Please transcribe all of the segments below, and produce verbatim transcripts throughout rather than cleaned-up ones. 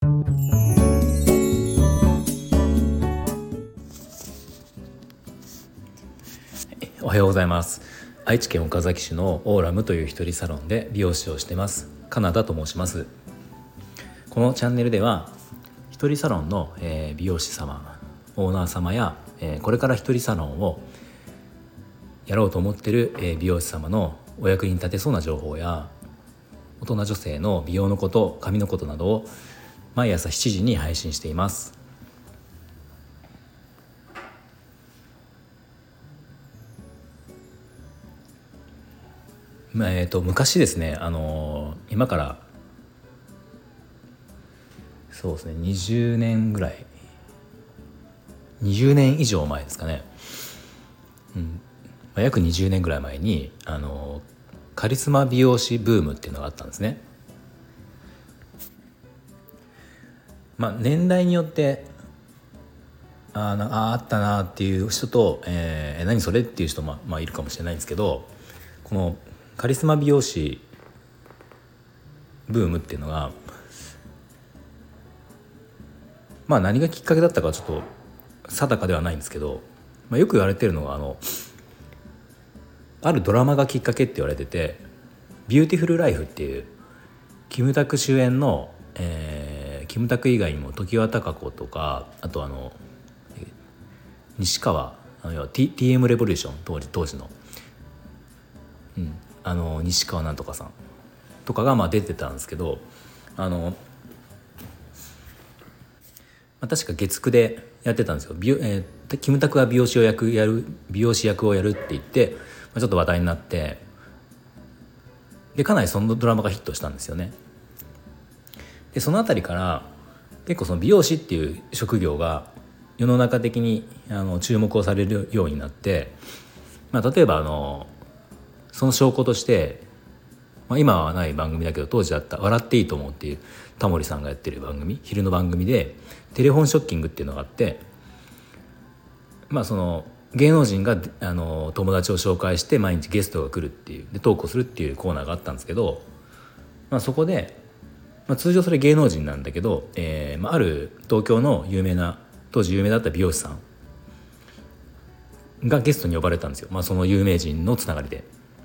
おはようございます。愛知県岡崎市のオーラムという一人サロンで美容師をしてますカナダと申します。このチャンネルでは一人サロンの、えー、美容師様、オーナー様や、えー、これから一人サロンをやろうと思っている、えー、美容師様のお役に立てそうな情報や大人女性の美容のこと、髪のことなどを毎朝しちじに配信しています。まあえー、と昔ですね、あのー、今からそうですねにじゅうねんぐらいにじゅうねん以上前ですかね、うんまあ、約にじゅうねんぐらい前に、あのー、カリスマ美容師ブームっていうのがあったんですね。まあ、年代によってあーああったなっていう人と、えー、何それっていう人も、まあ、いるかもしれないんですけど、このカリスマ美容師ブームっていうのが、まあ何がきっかけだったかはちょっと定かではないんですけど、まあ、よく言われてるのがあのあるドラマがきっかけって言われてて、ビューティフルライフっていうキムタク主演の、えー、キムタク以外にも常盤貴子とか、あとあの西川、あの要は T- ティーエム レボリューション当時当時の、うん、あの西川なんとかさんとかがまあ出てたんですけど、あの、まあ、確か月くでやってたんですよ。美容、えー、キムタクが美容師を役やる美容師役をやるって言って、まあ、ちょっと話題になって、でかなりそのドラマがヒットしたんですよね。でそのあたりから結構その美容師っていう職業が世の中的にあの注目をされるようになって、まあ、例えばあのその証拠として、まあ、今はない番組だけど当時あった「笑っていいと思う」っていうタモリさんがやってる番組、昼の番組でテレフォンショッキングっていうのがあって、まあその芸能人があの友達を紹介して毎日ゲストが来るっていうでトークをするっていうコーナーがあったんですけど、まあ、そこで、まあ、通常それ芸能人なんだけど、えーまあ、ある東京の有名な当時有名だった美容師さんがゲストに呼ばれたんですよ、まあ、その有名人のつながりで。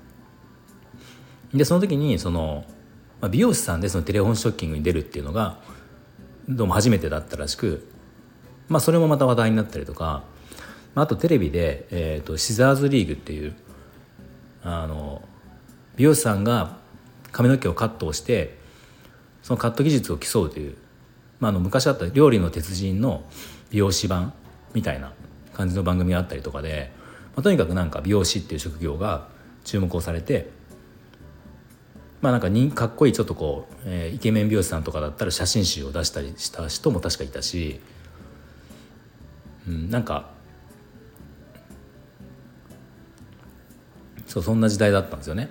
でその時にその、まあ、美容師さんでそのテレフォンショッキングに出るっていうのがどうも初めてだったらしく、まあ、それもまた話題になったりとか、あとテレビで、えーと、シザーズリーグっていうあの美容師さんが髪の毛をカットをしてそのカット技術を競うという、まあ、あの昔あった料理の鉄人の美容師版みたいな感じの番組があったりとかで、まあ、とにかくなんか美容師っていう職業が注目をされて、まあなんかにかっこいいちょっとこう、えー、イケメン美容師さんとかだったら写真集を出したりした人も確かいたし、うん、なんかそうそんな時代だったんですよね。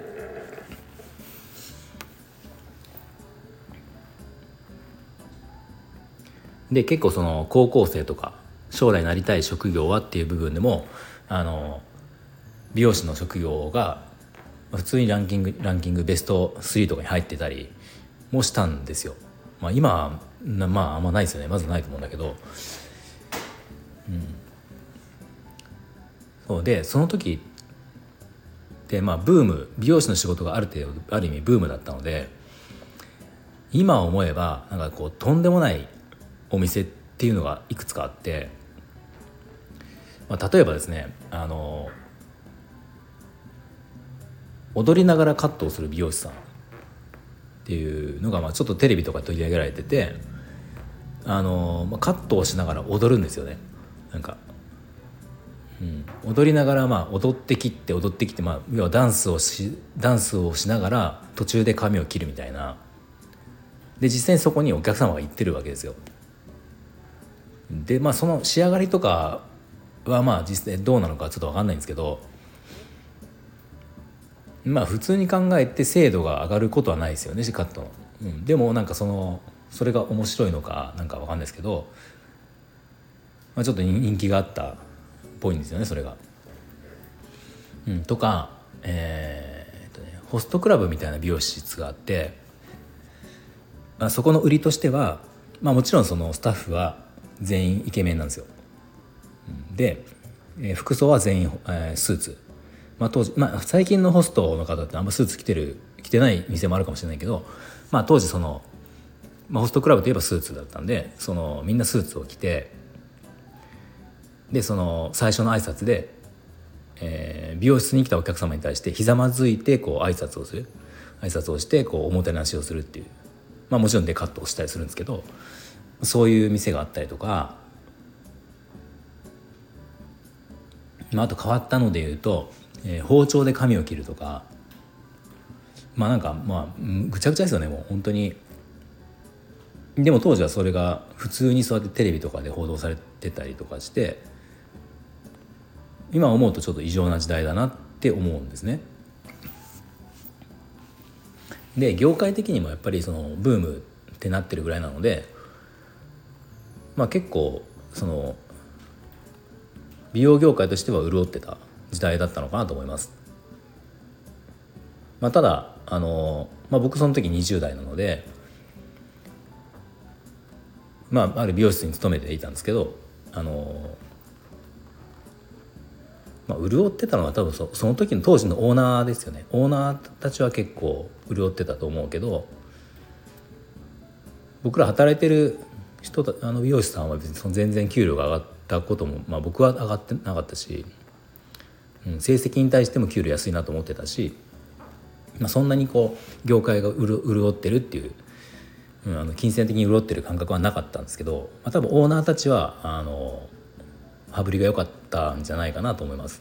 で結構その高校生とか将来なりたい職業はっていう部分でもあの美容師の職業が普通にランキングランキングベストスリーとかに入ってたりもしたんですよ。まあ、今はまああんまないですよね。まずないと思うんだけど、うん、そうでその時でまあブーム美容師の仕事がある程度ある意味ブームだったので、今思えばなんかこうとんでもないお店っていうのがいくつかあって、まあ、例えばですね、あの踊りながらカットをする美容師さんっていうのがまあちょっとテレビとか取り上げられてて、あのカットをしながら踊るんですよね。なんか、うん、踊りながらまあ踊って切って踊って切って、まあ要はダンスをしダンスをしながら途中で髪を切るみたいな。で実際にそこにお客様が行ってるわけですよ。でまあその仕上がりとかはまあ実際どうなのかちょっと分かんないんですけど、まあ普通に考えて精度が上がることはないですよね、カットの、うん、でもなんかそのそれが面白いのかなんか分かんないですけど、まあ、ちょっと人気があったっぽいんですよねそれが、うん、とか、えーっとね、ホストクラブみたいな美容室があって、まあ、そこの売りとしてはまあもちろんそのスタッフは全員イケメンなんですよ。で、えー服装は全員、えースーツ、まあ、当時、まあ、最近のホストの方ってあんまスーツ着てる着てない店もあるかもしれないけど、まあ、当時その、まあ、ホストクラブといえばスーツだったんで、そのみんなスーツを着て、でその最初の挨拶で、えー美容室に来たお客様に対してひざまずいてこう挨拶をする挨拶をしてこうおもてなしをするっていう、まあ、もちろんデカットをしたりするんですけど、そういう店があったりとか、まあ、あと変わったので言うと、えー包丁で髪を切るとか、まあなんかまあうんぐちゃぐちゃですよね、もう本当に。でも当時はそれが普通にそうやってテレビとかで報道されてたりとかして、今思うとちょっと異常な時代だなって思うんですね。で業界的にもやっぱりそのブームってなってるぐらいなので、まあ結構その美容業界としては潤ってた時代だったのかなと思います。まあ、ただあの、まあ、僕その時にじゅう代なので、まあ、ある美容室に勤めていたんですけど、あの、まあ、潤ってたのは多分 そ, その時の当時のオーナーですよね。オーナーたちは結構潤ってたと思うけど、僕ら働いてる人たあの美容師さんは別にその全然給料が上がったことも、まあ、僕は上がってなかったし、うん、成績に対しても給料安いなと思ってたし、まあ、そんなにこう業界が潤ってるっていう、うん、あの金銭的に潤ってる感覚はなかったんですけど、まあ、多分オーナーたちはあの羽振りが良かったんじゃないかなと思います。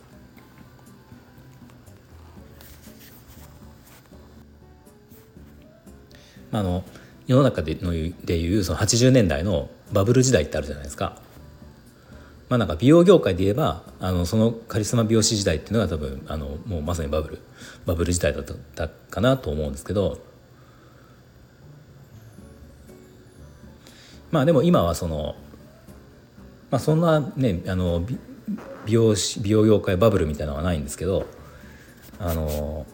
まあ、あの世の中でのでいうそのはちじゅうねんだいのバブル時代ってあるじゃないですか。まあ、なんか美容業界で言えばあのそのカリスマ美容師時代っていうのが多分あのもうまさにバブルバブル時代だったかなと思うんですけど、まあでも今はその、まあ、そんなねあの美美容師美容業界バブルみたいなのはないんですけど、あの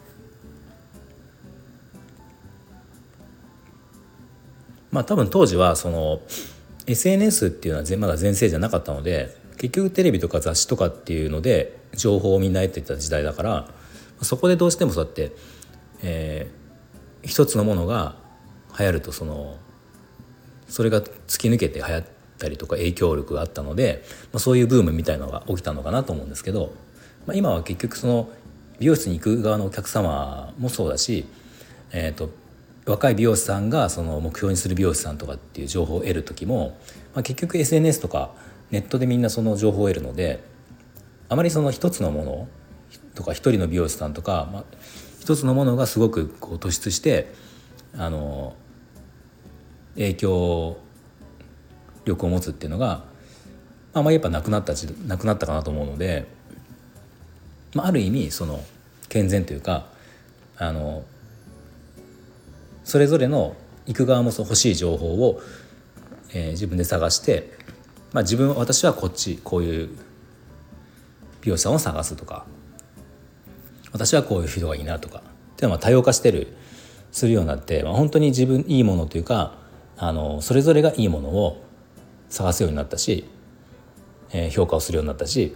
まあ多分当時はその エスエヌエス っていうのはまだ全盛じゃなかったので、結局テレビとか雑誌とかっていうので情報をみんな得てた時代だから、そこでどうしてもそうやって、えー、一つのものが流行るとそのそれが突き抜けて流行ったりとか影響力があったので、まあ、そういうブームみたいなのが起きたのかなと思うんですけど、まあ、今は結局その美容室に行く側のお客様もそうだし、えーと若い美容師さんがその目標にする美容師さんとかっていう情報を得る時も、まあ、結局 エスエヌエス とかネットでみんなその情報を得るので、あまりその一つのものとか一人の美容師さんとか、まあ、一つのものがすごくこう突出してあの影響力を持つっていうのがあんまりやっぱなくなったなくなったかなと思うので、まあ、ある意味その健全というか、あのそれぞれの行く側もそう欲しい情報を、えー、自分で探して、まあ、自分私はこっちこういう美容師さんを探すとか、私はこういう人がいいなとかっていうのは多様化してるするようになって、まあ、本当に自分いいものというかあのそれぞれがいいものを探すようになったし、えー、評価をするようになったし、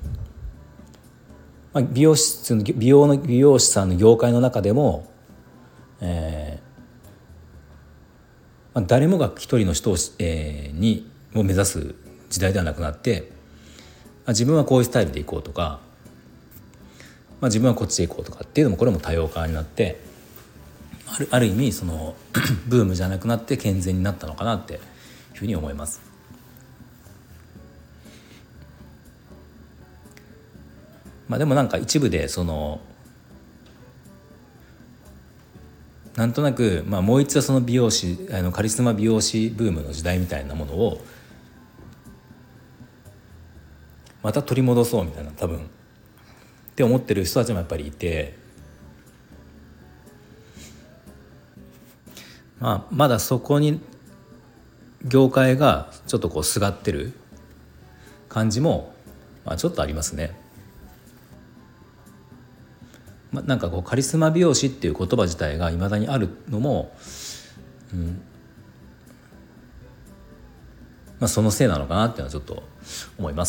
まあ、美容室の美容の美容師さんの業界の中でも、えーまあ、誰もが一人の人を、えー、にを目指す時代ではなくなって、まあ、自分はこういうスタイルでいこうとか、まあ、自分はこっちでいこうとかっていうのもこれも多様化になって、ある、ある意味そのブームじゃなくなって健全になったのかなっていうふうに思います。まあ、でもなんか一部でそのなんとなく、まあ、もう一度その美容師あのカリスマ美容師ブームの時代みたいなものをまた取り戻そうみたいな多分って思ってる人たちもやっぱりいて、まあ、まだそこに業界がちょっとこうすがってる感じも、まあ、ちょっとありますね。まあ、なんかこうカリスマ美容師っていう言葉自体がいまだにあるのも、うんまあ、そのせいなのかなっていうのはちょっと思います。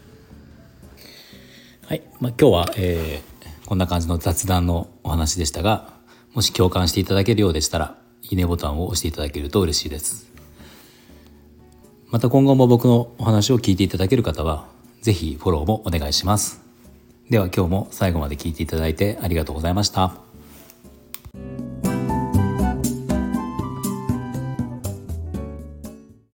はい、まあ、今日は、えー、こんな感じの雑談のお話でしたが、もし共感していただけるようでしたらいいねボタンを押していただけると嬉しいです。また今後も僕のお話を聞いていただける方はぜひフォローもお願いします。では今日も最後まで聞いていただいてありがとうございました。